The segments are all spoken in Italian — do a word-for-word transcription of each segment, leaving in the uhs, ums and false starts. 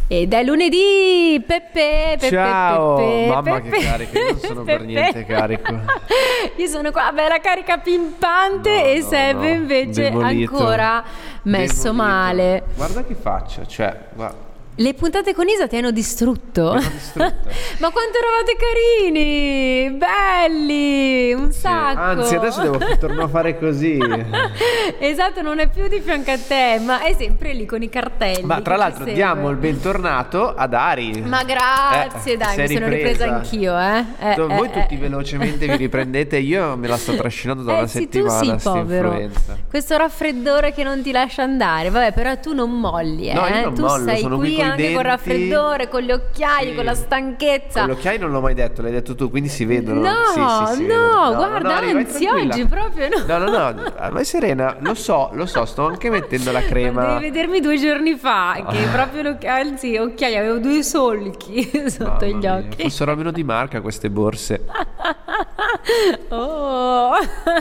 Ed è lunedì, Peppe, Peppe, Ciao, Peppe, mamma Peppe, che carico, io non sono per Peppe. niente carico. Io sono qua, bella carica pimpante No, e no, Seb no, invece demolito. ancora messo Demolito. male. Guarda che faccia, cioè, guarda. Le puntate con Isa ti hanno distrutto. Mi hanno distrutto. Ma quanto eravate carini, belli, un Sì, sacco. anzi, adesso devo tornare a fare così. Esatto, non è più di fianco a te, ma è sempre lì con i cartelli. Ma tra che l'altro ci diamo segue. il bentornato ad Ari. Ma grazie, Eh, dai, sei mi sono ripresa ripresa. anch'io, eh. eh, Tu- eh Voi tutti eh. velocemente vi riprendete, io me la sto trascinando da Eh una sì, settimana, tu sì, sta povero. influenza. Questo raffreddore che non ti lascia andare. Vabbè, però tu non molli, eh. No, io non tu mollo, sei sono qui qui coi anche denti. col raffreddore, con gli occhiali, Sì. con la stanchezza. Con gli occhiali non l'ho mai detto, l'hai detto tu, quindi si vedono. No, Sì, sì, si no, vedono. guarda, Ari, vai anzi, tranquilla. oggi proprio no. No, no, no, vai serena, lo so, lo so, sto anche mettendo la Ma crema. devi vedermi due giorni fa, che proprio l'oc- anzi, occhiali, avevo due solchi sotto Mamma gli mia, occhi. fossero almeno di marca queste borse. Oh.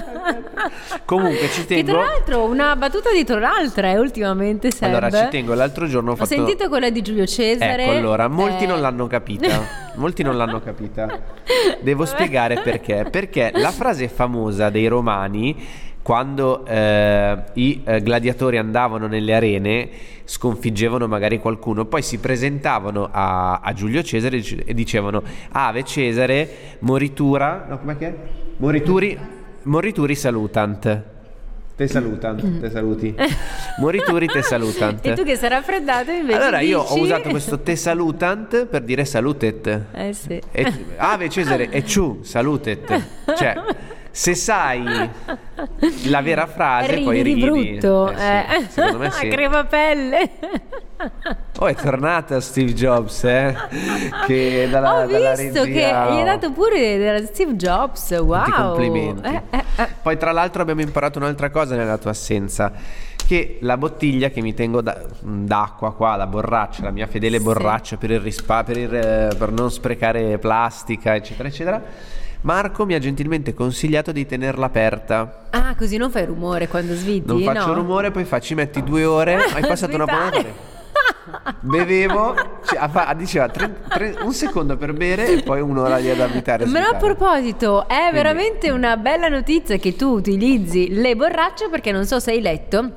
Comunque ci Che tra tengo. l'altro una battuta dietro l'altra, eh, ultimamente Seb. Allora ci tengo, l'altro giorno ho Ho fatto. sentito quella di Giulio Cesare. Ecco, allora, molti eh, non l'hanno capita. Molti non l'hanno capita. Devo spiegare perché. Perché la frase famosa dei romani, quando eh, i eh, gladiatori andavano nelle arene, sconfiggevano magari qualcuno, poi si presentavano a, a Giulio Cesare e dice- e dicevano: Ave Cesare, moritura. No, com'è che è? Morituri, morituri salutant. Te salutant, te saluti. Morituri te salutant. E tu che sei raffreddato invece Allora io ho dici- usato questo te salutant per dire salutet. Eh sì. E, Ave Cesare e ciu salutet. Cioè, se sai la vera frase, Ridi poi di ridi. brutto, Eh sì, eh. secondo me A sì. crepapelle. Oh, è tornata Steve Jobs, eh? Che dalla, Ho dalla visto che regia, gli hai oh, dato pure della Steve Jobs. Wow. tanti complimenti. Eh, eh, eh. Poi tra l'altro abbiamo imparato un'altra cosa nella tua assenza, che la bottiglia che mi tengo da- d'acqua qua, la borraccia, la mia fedele Sì. borraccia per il rispa- per, il, eh, per non sprecare plastica, eccetera eccetera, Marco mi ha gentilmente consigliato di tenerla aperta. Ah, così non fai rumore quando sviti? Non faccio no? rumore, poi fa, ci metti due ore, hai passato una buona Svitare. notte. Bevevo, cioè, a fa- diceva tre- tre- un secondo per bere e poi un'ora di adattare. Ma a proposito, è veramente una bella notizia che tu utilizzi le borracce, perché non so se hai letto,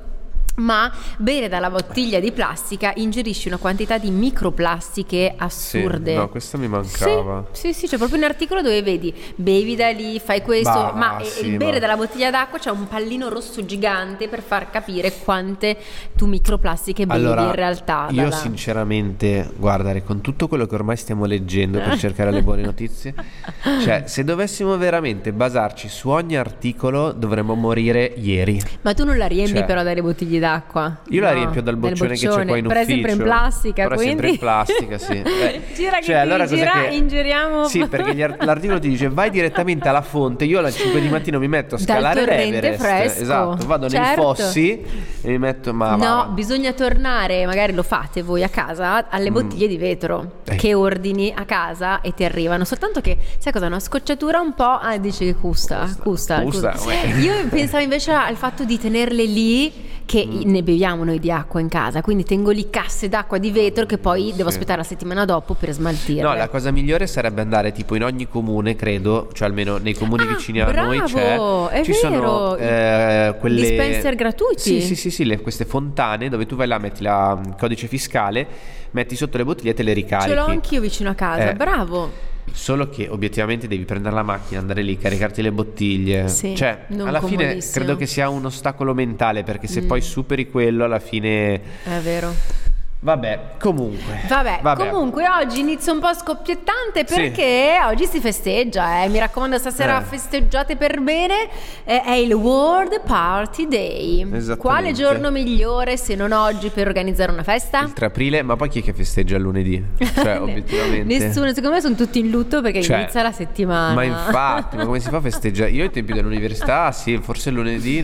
ma bere dalla bottiglia di plastica ingerisci una quantità di microplastiche assurde. Sì, no, questo mi mancava. Sì, sì, sì, c'è proprio un articolo dove vedi bevi da lì, fai questo, Bah, ma sì, il bere ma- dalla bottiglia d'acqua c'è un pallino rosso gigante per far capire quante tu microplastiche bevi Allora, in realtà. io dalla- sinceramente, guardare, con tutto quello che ormai stiamo leggendo per cercare le buone notizie, cioè, se dovessimo veramente basarci su ogni articolo, dovremmo morire ieri. Ma tu non la riempi Cioè, però dalle bottiglie d'acqua? Io la No, riempio dal dal boccione, che c'è qua in però è ufficio. sempre in plastica, Però è quindi... sempre in plastica, sì. Eh, Gira che cioè, ti allora cos'è gira, che- ingeriamo... Sì, perché gli ar- l'articolo ti dice vai direttamente alla fonte. Io alle cinque di mattino mi metto a Dal scalare torrente l'Everest. fresco, Esatto, vado nei certo. fossi e mi metto ma No, va. bisogna tornare, magari lo fate voi a casa, alle bottiglie di vetro Eh. che ordini a casa e ti arrivano. Soltanto che, sai cosa, una scocciatura un po', ah, dici che custa, custa, Custa, custa. uè. Io pensavo invece al fatto di tenerle lì, che ne beviamo noi di acqua in casa, quindi tengo lì casse d'acqua di vetro che poi devo Sì. aspettare la settimana dopo per smaltirle. No, la cosa migliore sarebbe andare tipo in ogni comune, credo, cioè almeno nei comuni Ah, vicini a noi bravo, c'è. è Ci vero. sono eh, quelle Dispenser gratuiti. Sì, sì, sì, sì, le- queste fontane dove tu vai là, metti la- il codice fiscale, metti sotto le bottiglie e te le ricarichi. Ce l'ho anch'io vicino a casa, Eh. bravo. Solo che obiettivamente devi prendere la macchina, andare lì, caricarti le bottiglie. Sì, cioè, non alla fine comodissimo. credo che sia un ostacolo mentale, perché se Mm. poi superi quello, alla fine. È vero. Vabbè, comunque. Vabbè, comunque oggi inizio un po' scoppiettante Sì. perché oggi si festeggia, eh. Mi raccomando, stasera Eh. festeggiate per bene, eh, è il World Party Day. Esattamente. Quale giorno migliore se non oggi per organizzare una festa? Il tre aprile, ma poi chi è che festeggia il lunedì? Cioè, obiettivamente. Nessuno, secondo me sono tutti in lutto perché Cioè, inizia la settimana. Ma infatti, ma come si fa a festeggiare? Io ai tempi dell'università, sì, forse il lunedì,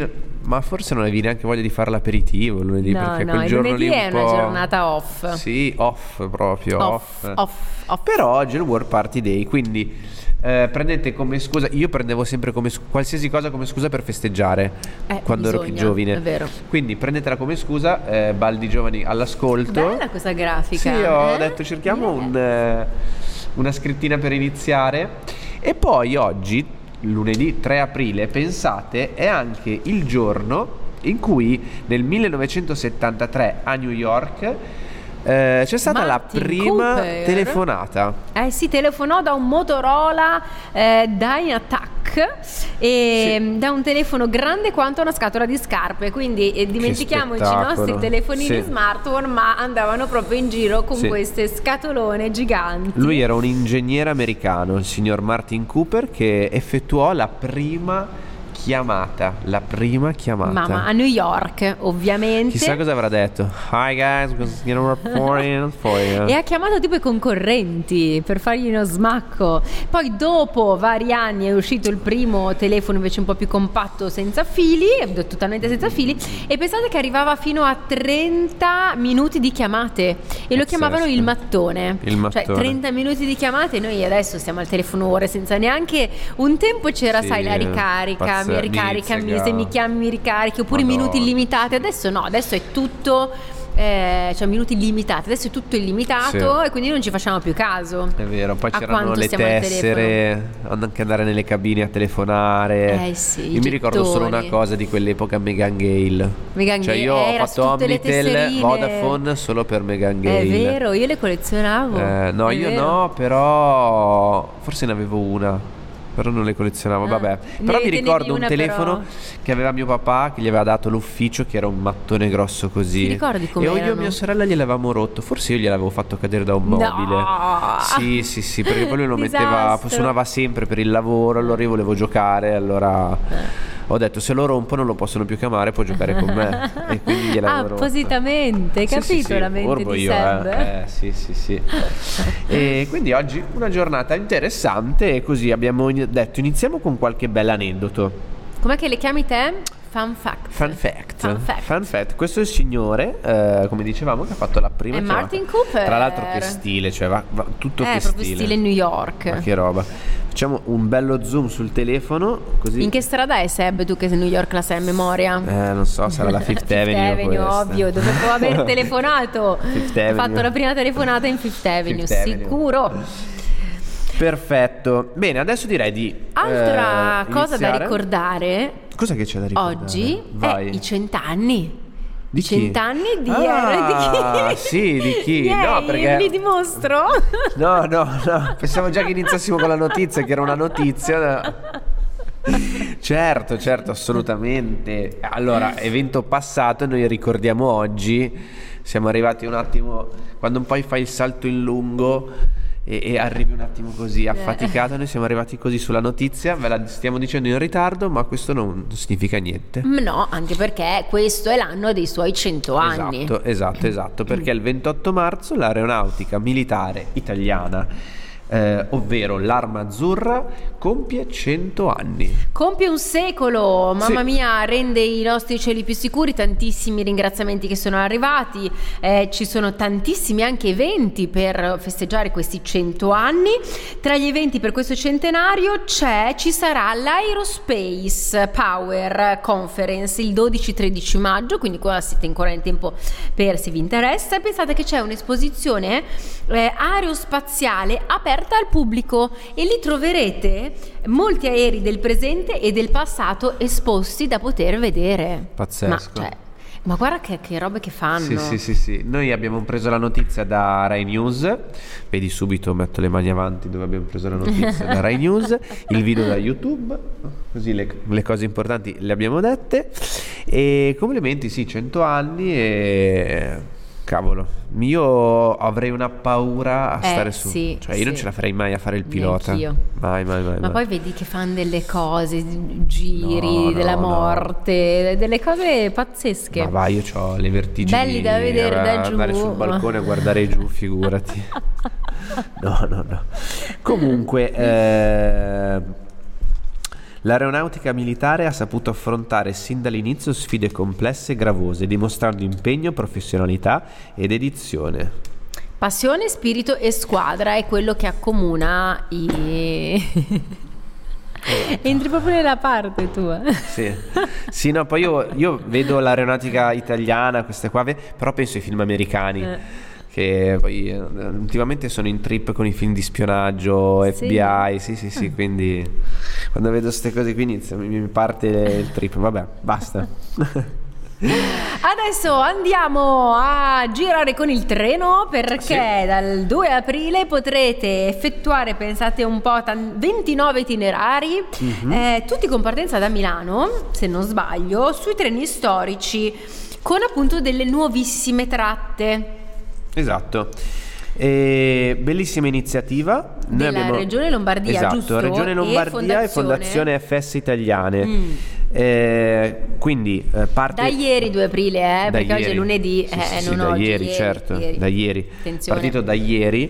ma forse non avevi neanche voglia di fare l'aperitivo lunedì, No, perché no, quel il giorno lunedì lì un è po'... una giornata off. Sì, off proprio, Off, off. off, off. Però oggi è il World Party Day, quindi eh, prendete come scusa, io prendevo sempre come scu- qualsiasi cosa come scusa per festeggiare Eh, quando ero più bisogna, giovane. è vero. Quindi prendetela come scusa, eh, Baldi Giovani all'ascolto. Bella questa grafica. Sì, ho eh? detto cerchiamo Yeah. un, eh, una scrittina per iniziare. E poi oggi, lunedì tre aprile, pensate, è anche il giorno in cui nel millenovecentosettantatré a New York eh, c'è stata Martin la prima Cooper. telefonata. Eh sì, telefonò da un Motorola eh, Dynatac e Sì. da un telefono grande quanto una scatola di scarpe, quindi eh, dimentichiamoci i spettacolo. nostri telefonini Sì. smartphone, ma andavano proprio in giro con Sì. queste scatolone giganti. Lui era un ingegnere americano, il signor Martin Cooper, che effettuò la prima chiamata, la prima chiamata. Mamma, a New York, ovviamente. Chissà cosa avrà detto. Hi guys, you know, reporting for you. E ha chiamato tipo i concorrenti per fargli uno smacco. Poi dopo vari anni è uscito il primo telefono invece un po' più compatto, senza fili, totalmente senza fili, e pensate che arrivava fino a trenta minuti di chiamate e lo Pazzesco. chiamavano il mattone. Il mattone. Cioè trenta minuti di chiamate, noi adesso stiamo al telefono ore senza neanche un tempo c'era, Sì, sai, la ricarica, pazzesco. mi ricarica, Mizzica. se mi chiami mi ricarichi, oppure Madonna. minuti illimitati. Adesso no, adesso è tutto eh, cioè minuti limitati, adesso è tutto illimitato Sì. e quindi non ci facciamo più caso. È vero, poi A c'erano quanto le stiamo al tessere, anche andare nelle cabine a telefonare. Eh sì, i Io mi ricordo solo una gettoni. cosa di quell'epoca, Megan Gale. Megan Cioè Gale, io ho era fatto tutte le Omnitel, tesserine. Vodafone solo per Megan Gale. È vero, io le collezionavo. Eh, no, È io vero. no, però forse ne avevo una. Però non le collezionavo, Ah, vabbè. ne Però mi tenevi ricordo un una, telefono però. che aveva mio papà, che gli aveva dato l'ufficio, che era un mattone grosso così. Ti ricordi E com'erano? io e mia sorella gliel'avevamo rotto. Forse io gliel'avevo fatto cadere da un No! mobile. Sì, sì, sì, perché poi lui lo metteva, Disastro. suonava sempre per il lavoro, allora io volevo giocare, allora ho detto se loro un po' non lo possono più chiamare, può giocare con me. E quindi gliel'avevo rotto. Appositamente, hai Sì, capito sì, sì, la mente urbo di io, Seb? eh. Eh, sì, sì, sì. E quindi oggi una giornata interessante e così abbiamo in- detto iniziamo con qualche bell'aneddoto. Com'è che le chiami te? Fun fact. Fun fact. Fun fact. Fun fact. Questo è il signore, eh, come dicevamo, che ha fatto la prima È chiamata. Martin Cooper. Tra l'altro che stile, cioè va, va- tutto Eh, che proprio stile. stile New York. Ma che roba. Facciamo un bello zoom sul telefono, così. In che strada è Seb, tu che New York la sai a memoria? Eh, non so, sarà la Fifth Avenue. questa. ovvio, dove può aver telefonato. Fifth Ha Avenue. fatto la prima telefonata in Fifth Avenue, Fifth Avenue. sicuro. Perfetto. Bene, adesso direi di Altra eh, cosa da iniziare. ricordare Cosa che c'è da ricordare? oggi Vai. è i cent'anni. Di I chi? cent'anni di Ah, di chi? sì, di chi? Yay, No, perché- li dimostro. No, no, no, pensavo già che iniziassimo con la notizia, che era una notizia. Certo, certo, assolutamente. Allora, evento passato, noi ricordiamo oggi. Siamo arrivati un attimo, quando poi fai il salto in lungo e, e arrivi un attimo così affaticato, noi siamo arrivati così sulla notizia, ve la stiamo dicendo in ritardo, ma questo non significa niente. Mm, No, anche perché questo è l'anno dei suoi cento anni. Esatto, esatto, esatto, perché il ventotto marzo l'aeronautica militare italiana, eh, ovvero l'Arma Azzurra, compie cento anni. Compie un secolo, mamma Sì. mia, rende i nostri cieli più sicuri, tantissimi ringraziamenti che sono arrivati, eh, ci sono tantissimi anche eventi per festeggiare questi cento anni. Tra gli eventi per questo centenario c'è, ci sarà l'Aerospace Power Conference il dodici tredici maggio, quindi qua siete ancora in tempo per se vi interessa. E pensate che c'è un'esposizione eh, aerospaziale aperta al pubblico e lì troverete molti aerei del presente e del passato esposti da poter vedere. Pazzesco. Ma, cioè, ma guarda che, che robe che fanno. Sì, sì, sì, sì. Noi abbiamo preso la notizia da Rai News. Vedi, subito metto le mani avanti dove abbiamo preso la notizia da Rai News. Il video da YouTube. Così le, le cose importanti le abbiamo dette. E complimenti, sì, cento anni e... Cavolo, io avrei una paura a Eh, stare su. sì, Cioè io non sì. ce la farei mai a fare il pilota. Neanch'io. Mai, mai, mai. Ma mai. poi vedi che fanno delle cose, giri No, della no, no. morte, delle cose pazzesche. Ma vai, io ho le vertigini. Belli da vedere da a- andare giù. sul balcone a guardare giù, figurati. No, no, no. Comunque, eh, L'aeronautica militare ha saputo affrontare sin dall'inizio sfide complesse e gravose, dimostrando impegno, professionalità ed dedizione. Passione, spirito e squadra è quello che accomuna i... Entri proprio nella parte tua. Sì, sì, no, poi io, io vedo l'aeronautica italiana, queste qua, però penso ai film americani. Eh. Che poi eh, ultimamente sono in trip con i film di spionaggio, F B I, sì sì sì, sì, quindi quando vedo queste cose qui inizia, mi, mi parte il trip, vabbè, basta. Adesso andiamo a girare con il treno, perché sì. Dal due aprile potrete effettuare, pensate un po', t- ventinove itinerari, mm-hmm. eh, tutti con partenza da Milano, se non sbaglio, sui treni storici, con appunto delle nuovissime tratte. Esatto. E bellissima iniziativa. Noi della abbiamo... Regione Lombardia, esatto, giusto? Regione Lombardia e Fondazione, e Fondazione F S Italiane. Mm. Eh, quindi eh, parte da ieri due aprile, eh, perché ieri. Oggi è lunedì, sì, eh, sì, non da oggi, ieri, ieri, certo, ieri. da ieri. Attenzione. Partito da ieri.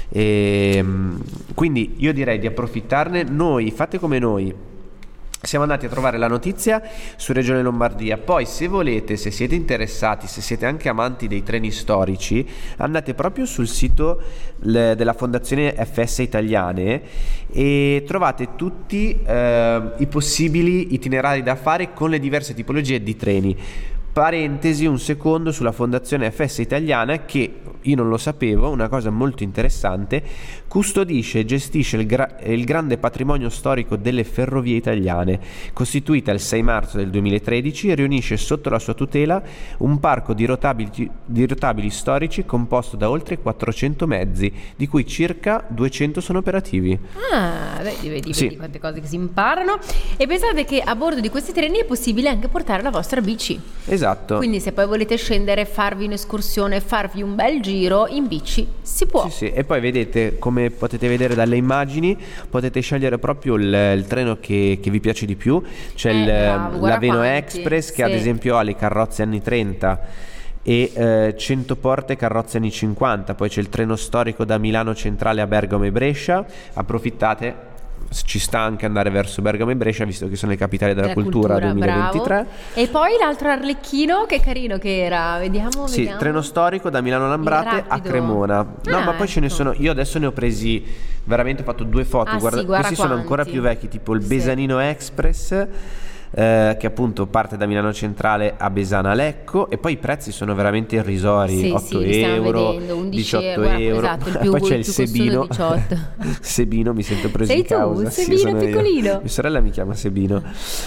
E, quindi io direi di approfittarne. Noi fate come noi. Siamo andati a trovare la notizia su Regione Lombardia. Poi se volete, se siete interessati, se siete anche amanti dei treni storici, andate proprio sul sito le, della Fondazione F S Italiane e trovate tutti eh, i possibili itinerari da fare con le diverse tipologie di treni. Parentesi un secondo sulla Fondazione F S Italiana, che io non lo sapevo, una cosa molto interessante: custodisce e gestisce il, gra- il grande patrimonio storico delle ferrovie italiane, costituita il sei marzo del duemilatredici, e riunisce sotto la sua tutela un parco di rotabili, di rotabili storici composto da oltre quattrocento mezzi, di cui circa duecento sono operativi. Ah, vedi, vedi, sì. vedi quante cose che si imparano. E pensate che a bordo di questi treni è possibile anche portare la vostra bici. Esatto. Quindi se poi volete scendere, farvi un'escursione, farvi un bel giro in bici, si può. Sì, sì. E poi vedete, come potete vedere dalle immagini, potete scegliere proprio il, il treno che, che vi piace di più. C'è eh, il, bravo, l'Aveno quanti. Express, che sì. ad esempio ha le carrozze anni trenta e eh, cento porte carrozze anni cinquanta. Poi c'è il treno storico da Milano Centrale a Bergamo e Brescia. Approfittate, ci sta anche andare verso Bergamo e Brescia, visto che sono le capitali della, della cultura, cultura duemilaventitré. Bravo. E poi l'altro Arlecchino, che carino che era, vediamo, sì, vediamo. Treno storico da Milano Lambrate a Cremona. No, ah, ma poi ecco. ce ne sono, io adesso ne ho presi veramente, ho fatto due foto, ah, guarda, sì, guarda questi quanti. Sono ancora più vecchi, tipo il sì. Besanino Express, Eh, che appunto parte da Milano Centrale a Besana Lecco, e poi i prezzi sono veramente irrisori, sì, otto sì, euro, vedendo, diciotto guarda, euro. esatto, il più, poi c'è il, il Sebino. Sebino, mi sento preso sei in causa. tu, Sebino, sì, sono piccolino. Io. Mia sorella mi chiama Sebino.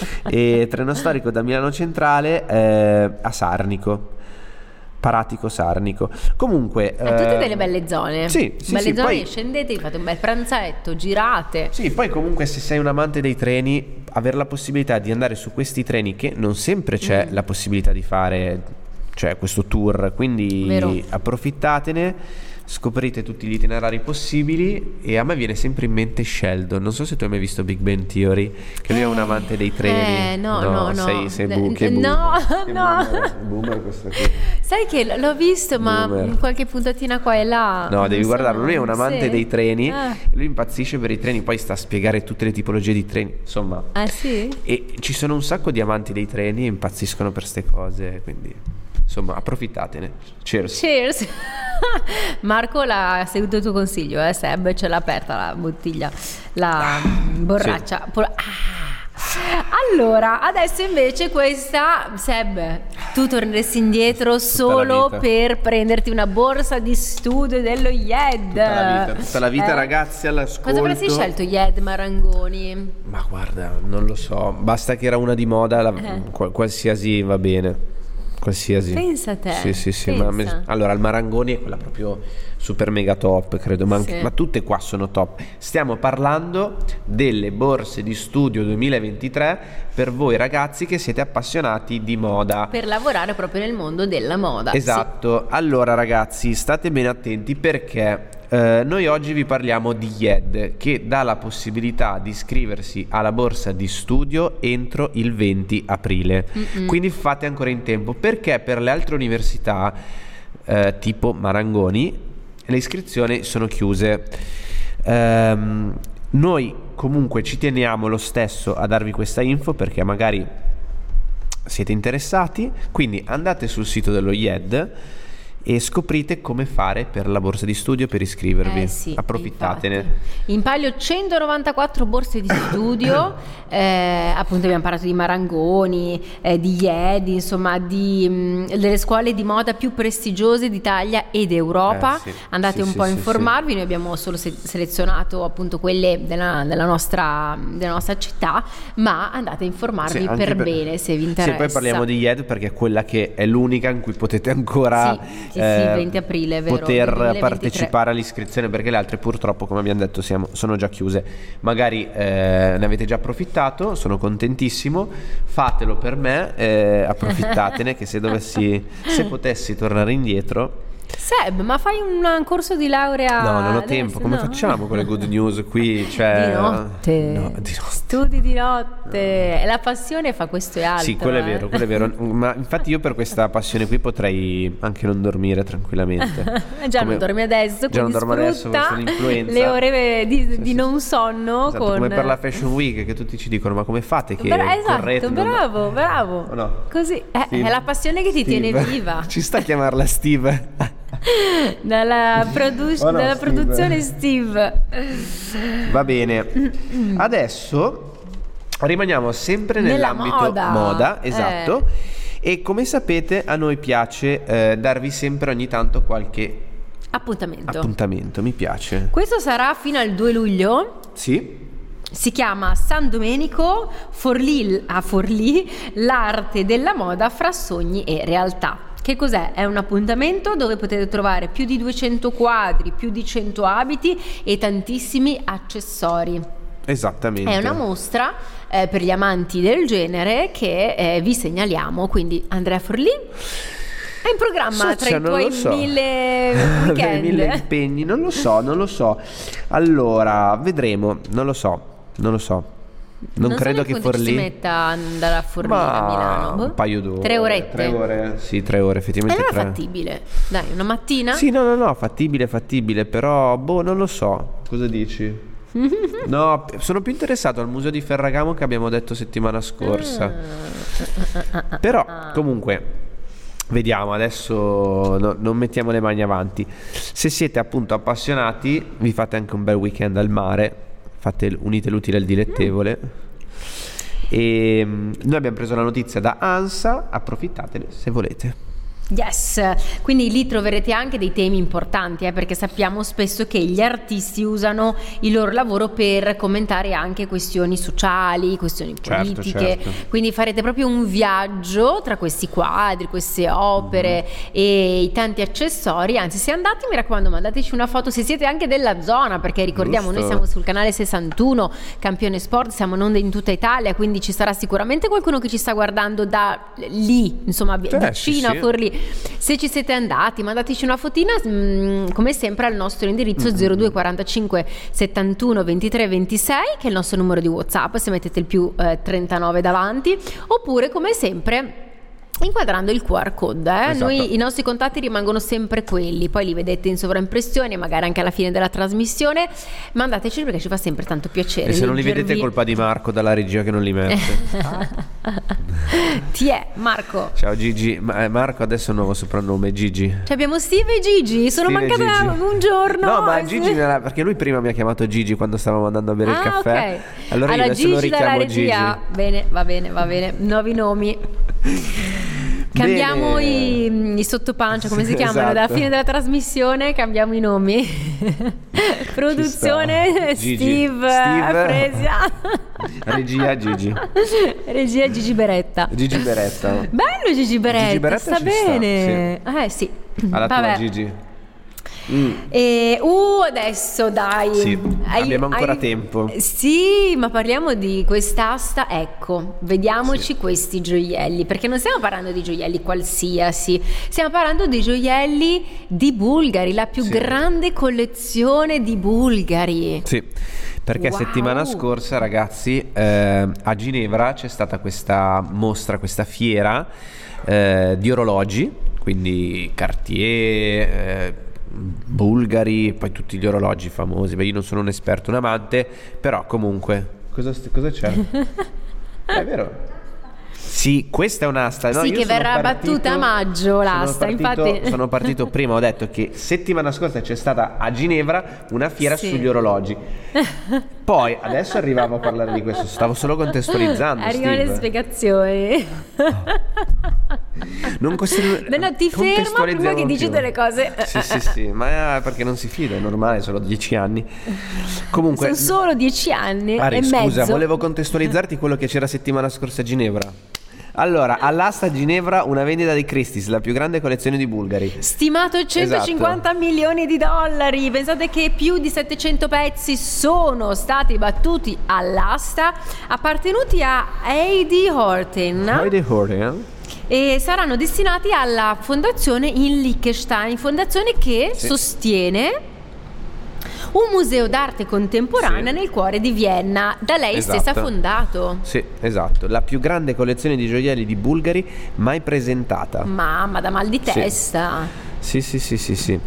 E treno storico da Milano Centrale eh, a Sarnico. Paratico Sarnico. Comunque a tutte eh, delle belle zone. Sì, sì, belle sì, zone, poi, scendete, fate un bel pranzetto, girate. Sì, poi comunque se sei un amante dei treni, avere la possibilità di andare su questi treni, che non sempre c'è mm. la possibilità di fare, cioè questo tour, quindi Vero. approfittatene. Scoprite tutti gli itinerari possibili. E a me viene sempre in mente Sheldon. Non so se tu hai mai visto Big Bang Theory, che lui è un amante dei treni. Eh, no, no, no. Sei, sei no. bu- che no, boomer. Che no. boomer, boomer questo qui. Sai che l- l'ho visto, ma Boomer. qualche puntatina qua e là. No, devi so, guardarlo. Lui è un amante sì. dei treni. Ah. Lui impazzisce per i treni. Poi sta a spiegare tutte le tipologie di treni. Insomma. Ah, sì? E ci sono un sacco di amanti dei treni e impazziscono per ste cose. Quindi, insomma, approfittatene. Cheers. Cheers. Marco l'ha seguito il tuo consiglio, eh, Seb, ce l'ha aperta la bottiglia, la ah, borraccia. Sì. Ah. Allora, adesso invece questa, Seb, tu torneresti indietro tutta solo per prenderti una borsa di studio dello I E D. Tutta la vita, tutta la vita eh? Ragazzi, all'ascolto. Cosa avresti scelto, I E D, Marangoni? Ma guarda, non lo so, basta che era una di moda, la, eh. qualsiasi va bene. Qualsiasi. Pensa a te. Sì, sì, sì. Pensa. Ma me, allora, il Marangoni è quella proprio super mega top, credo. Ma, anche, sì. ma tutte qua sono top. Stiamo parlando delle borse di studio duemilaventitré per voi ragazzi che siete appassionati di moda. Per lavorare proprio nel mondo della moda. Esatto. Sì. Allora, ragazzi, state bene attenti perché Uh, noi oggi vi parliamo di I E D, che dà la possibilità di iscriversi alla borsa di studio entro il venti aprile. Mm-mm. Quindi fate ancora in tempo, perché per le altre università uh, tipo Marangoni le iscrizioni sono chiuse. Um, Noi comunque ci teniamo lo stesso a darvi questa info perché magari siete interessati, quindi andate sul sito dello I E D e scoprite come fare per la borsa di studio, per iscrivervi. Eh sì, approfittatene. Infatti. In palio centonovantaquattro borse di studio, eh, appunto abbiamo parlato di Marangoni, eh, di I E D, insomma di, mh, delle scuole di moda più prestigiose d'Italia ed Europa. Eh, sì. Andate sì, un sì, po' a sì, informarvi, sì. Noi abbiamo solo se- selezionato appunto quelle della, della, nostra, della nostra città, ma andate a informarvi Sì, anche per, per- bene se vi interessa. Sì, poi parliamo di I E D perché è quella che è l'unica in cui potete ancora Sì. Sì, sì, venti aprile, è vero, poter duemilaventitré. partecipare all'iscrizione, perché le altre purtroppo, come abbiamo detto, siamo, sono già chiuse. Magari eh, ne avete già approfittato, sono contentissimo, fatelo per me, eh, approfittatene che se dovessi, se potessi tornare indietro. Seb, ma fai un corso di laurea? No, non ho adesso? tempo, come No. facciamo con le good news qui? Cioè, Di notte. No, di notte. Studi di notte. E la passione fa questo e altro. Sì, quello è eh. vero, quello è vero. Ma infatti io per questa passione qui potrei anche non dormire tranquillamente. Già Come- non dormi adesso, già non quindi dormo adesso sfrutta con l'influenza. le ore di, Sì, di sì, non sì. sonno Esatto, con... come per la Fashion Week che tutti ci dicono ma come fate che Bra- esatto, correte? non- bravo, bravo. O no? Così, eh, Steve. è la passione che ti Steve. tiene viva. Ci sta a chiamarla Steve. Dalla, produ- Oh no, dalla Steve. produzione Steve. Va bene. Adesso rimaniamo sempre Nella nell'ambito moda. esatto. E come sapete a noi piace eh, darvi sempre ogni tanto qualche Appuntamento. appuntamento, mi piace. Questo sarà fino al due luglio. Sì? Si chiama San Domenico Forlì, a Forlì, l'arte della moda fra sogni e realtà. Che cos'è? È un appuntamento dove potete trovare più di duecento quadri, più di cento abiti e tantissimi accessori. Esattamente. È una mostra eh, per gli amanti del genere che eh, vi segnaliamo, quindi Andrea Forlì è in programma Socia, tra i non tuoi lo so. mille Dei weekend. mille impegni, non lo so, non lo so. Allora, vedremo, non lo so, non lo so. Non, so credo neanche che quanto ci si Forlì metta ad andare a Forlì Ma a Milano. Boh. un paio d'ore. Tre orette. Tre ore, sì, tre ore, E effettivamente allora tre. fattibile. Dai, una mattina? Sì, no, no, no, fattibile, fattibile, però, boh, non lo so. Cosa dici? No, sono più interessato al museo di Ferragamo che abbiamo detto settimana scorsa. Ah. Però, comunque, vediamo, adesso no- non mettiamo le mani avanti. Se siete appunto appassionati, vi fate anche un bel weekend al mare, fate, unite l'utile al dilettevole. E mm, noi abbiamo preso la notizia da ANSA, approfittatene se volete. Yes, quindi lì troverete anche dei temi importanti, eh, perché sappiamo spesso che gli artisti usano il loro lavoro per commentare anche questioni sociali, questioni Certo, politiche, certo. quindi farete proprio un viaggio tra questi quadri, queste opere Mhm. e i tanti accessori. Anzi, se andate, mi raccomando, mandateci una foto se siete anche della zona, perché ricordiamo, Giusto. noi siamo sul canale sessantuno, Campione Sport, siamo in onda in tutta Italia, quindi ci sarà sicuramente qualcuno che ci sta guardando da lì, insomma, vi- Eh, vicino sì, a sì. Forlì. Se ci siete andati, mandateci una fotina, mh, come sempre al nostro indirizzo zero due quarantacinque settantuno ventitré ventisei, che è il nostro numero di WhatsApp, se mettete il più eh, trentanove davanti, oppure come sempre inquadrando il Q R code, eh? Esatto. Noi, i nostri contatti rimangono sempre quelli, poi li vedete in sovraimpressione, magari anche alla fine della trasmissione. Mandateci perché ci fa sempre tanto piacere. E se non li vedete è leggervi. colpa di Marco dalla regia che non li mette. Ti è Marco. Ciao Gigi. Ma- eh, Marco adesso è un nuovo soprannome, Gigi. Cioè abbiamo Steve e Gigi, sono Steve e mancata Gigi. un giorno. No, ma eh, Gigi sì. me l'ha- perché lui prima mi ha chiamato Gigi quando stavamo andando a bere il Ah, caffè. ok. Allora io adesso lo Gigi dalla richiamo Gigi. regia. Bene, va bene, va bene. Nuovi nomi. Cambiamo Bene. i, i sottopancia, come si chiamano? Esatto. Dalla fine della trasmissione cambiamo i nomi. Produzione Gigi. Steve, Steve. Fresia. Regia Gigi. Regia Gigi Beretta. Gigi Beretta. Bello Gigi Beretta, Gigi Beretta sta ci sta, bene. Eh sì. Alla Vabbè. tua Gigi. Mm. E, uh, adesso dai. Sì, abbiamo ancora tempo. Sì, ma parliamo di quest'asta. Ecco, vediamoci Sì. questi gioielli, perché non stiamo parlando di gioielli qualsiasi, stiamo parlando di gioielli di Bulgari, la più Sì. grande collezione di bulgari. Sì, perché Wow. settimana scorsa, ragazzi, eh, a Ginevra c'è stata questa mostra, questa fiera eh, di orologi, quindi Cartier, eh, bulgari, poi tutti gli orologi famosi. Beh, io non sono un esperto, un amante, però comunque cosa, cosa c'è? È vero? Sì, questa è un'asta. No, sì, io che sono verrà partito, battuta a maggio l'asta. Sono partito, infatti sono partito prima, ho detto che settimana scorsa c'è stata a Ginevra una fiera sì. sugli orologi. Poi adesso arrivavo a parlare di questo, stavo solo contestualizzando. Arrivano Steve. le spiegazioni. Non costru- no, no, ti fermo prima che dici più. delle cose. Sì, sì, sì, ma è perché non si fida, è normale, sono dieci anni. Comunque, sono solo dieci anni Ari, e scusa, mezzo. volevo contestualizzarti quello che c'era settimana scorsa a Ginevra. Allora, all'asta a Ginevra una vendita di Christie's, la più grande collezione di bulgari. Stimato centocinquanta Esatto. milioni di dollari. Pensate che più di settecento pezzi sono stati battuti all'asta, appartenuti a Heidi Horten. Heidi Horten. E saranno destinati alla fondazione in Liechtenstein, fondazione che Sì. sostiene un museo d'arte contemporanea Sì. nel cuore di Vienna, da lei Esatto. stessa fondato. Sì, esatto, la più grande collezione di gioielli di bulgari mai presentata. Mamma, da mal di Sì. testa. Sì, sì, sì, sì, sì.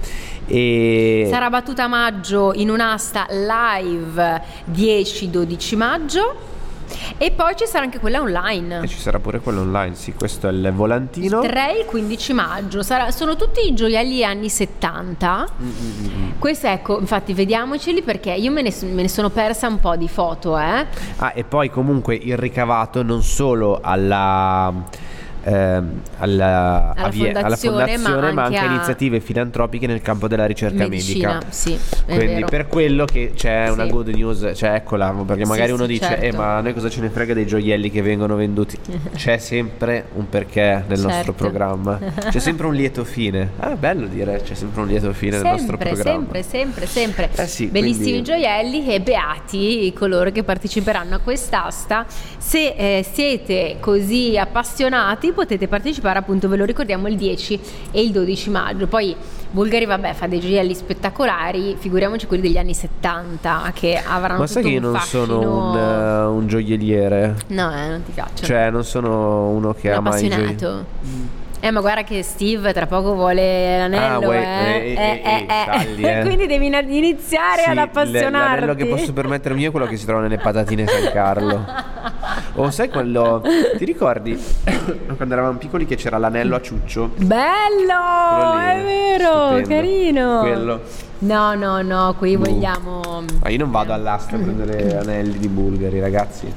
E Sarà battuta a maggio in un'asta live dieci dodici maggio. E poi ci sarà anche quella online. E ci sarà pure quello online, sì, questo è il volantino. Il tre e il quindici maggio. Sarà, sono tutti gioielli anni settanta. Mm-mm. Questo, ecco, infatti vediamoceli, perché io me ne, me ne sono persa un po' di foto, eh. Ah, e poi comunque il ricavato non solo alla ehm, alla, Alla a Vie- alla fondazione, fondazione, ma ma anche anche a- iniziative filantropiche nel campo della ricerca Medicina, medica. sì, è Quindi vero. per quello che c'è una Sì. good news, cioè eccola, perché magari Sì, uno sì, dice certo. eh ma a noi cosa ce ne frega dei gioielli che vengono venduti. C'è sempre un perché nel Certo. nostro programma, c'è sempre un lieto fine. Ah, bello dire, c'è sempre un lieto fine nel nostro Sempre, programma. sempre, sempre, sempre. Eh sì, Bellissimi quindi- gioielli, e beati coloro che parteciperanno a quest'asta. Se eh, siete così appassionati, potete partecipare, appunto, ve lo ricordiamo, il dieci e il dodici maggio. Poi Bulgari, vabbè, fa dei gioielli spettacolari, figuriamoci quelli degli anni settanta, che avranno Ma sai tutto che io un non sono fascino. un, eh, un gioielliere? No, eh, non ti piacciono. Cioè non sono uno che Un ama i gioielli. appassionato. Eh, ma guarda che Steve tra poco vuole l'anello, Ah, uè, eh. eh, Eh, eh, eh, eh. salli, eh. Quindi devi ina- iniziare Sì, ad le- appassionarti. l'anello che posso permettermi io è quello che si trova nelle patatine San Carlo. O sai quello, ti ricordi quando eravamo piccoli che c'era l'anello a ciuccio? Bello, Quello lì, è vero, stupendo. carino. Quello. No, no, no, qui Boh. vogliamo. Ma io non vado all'asta a prendere anelli di bulgari, ragazzi.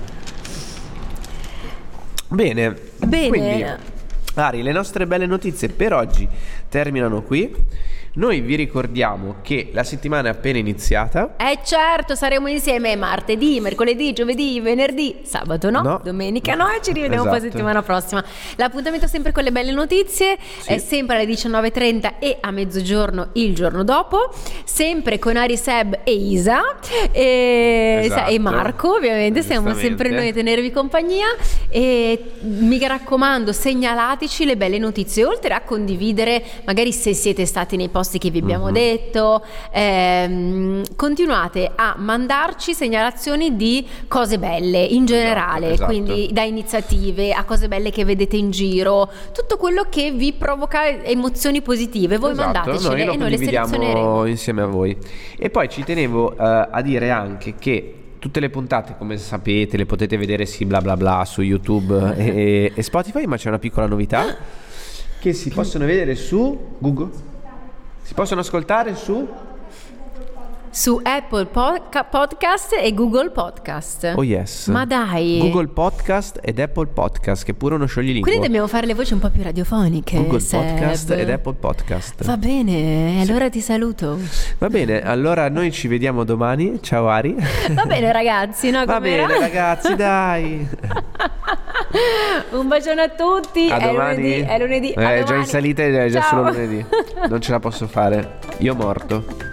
Bene. Bene. Quindi, Ari, le nostre belle notizie per oggi terminano qui. Noi vi ricordiamo che la settimana è appena iniziata. Eh certo, saremo insieme martedì, mercoledì, giovedì, venerdì, sabato no, No. domenica no, e ci rivediamo poi Esatto. settimana prossima. L'appuntamento è sempre con le belle notizie, Sì. è sempre alle diciannove e trenta e a mezzogiorno il giorno dopo, sempre con Ari, Seb e Isa e, Esatto. e Marco, ovviamente siamo Giustamente. sempre noi a tenervi compagnia, e mi raccomando, segnalateci le belle notizie, oltre a condividere magari se siete stati nei posti che vi abbiamo Mhm. detto, ehm, continuate a mandarci segnalazioni di cose belle in generale, esatto. quindi da iniziative a cose belle che vedete in giro, tutto quello che vi provoca emozioni positive, voi Esatto, mandatecele noi lo e noi le condividiamo selezioneremo. insieme a voi. E poi ci tenevo eh, a dire anche che tutte le puntate, come sapete, le potete vedere sì bla bla bla su YouTube e, e Spotify, ma c'è una piccola novità, che si possono vedere su Google, si possono ascoltare su Su Apple Podca- Podcast e Google Podcast. Oh yes, Ma dai. Google Podcast ed Apple Podcast, che è pure uno scioglilingua. Quindi dobbiamo fare le voci un po' più radiofoniche. Google Seb. Podcast ed Apple Podcast. Va bene, allora ti saluto. Va bene, allora noi ci vediamo domani. Ciao Ari. Va bene ragazzi, no? Va com'era? bene ragazzi, dai. Un bacione a tutti. A è domani. lunedì, è lunedì. Eh, a già in domani. salita, è già Ciao. solo lunedì. Non ce la posso fare. Io morto.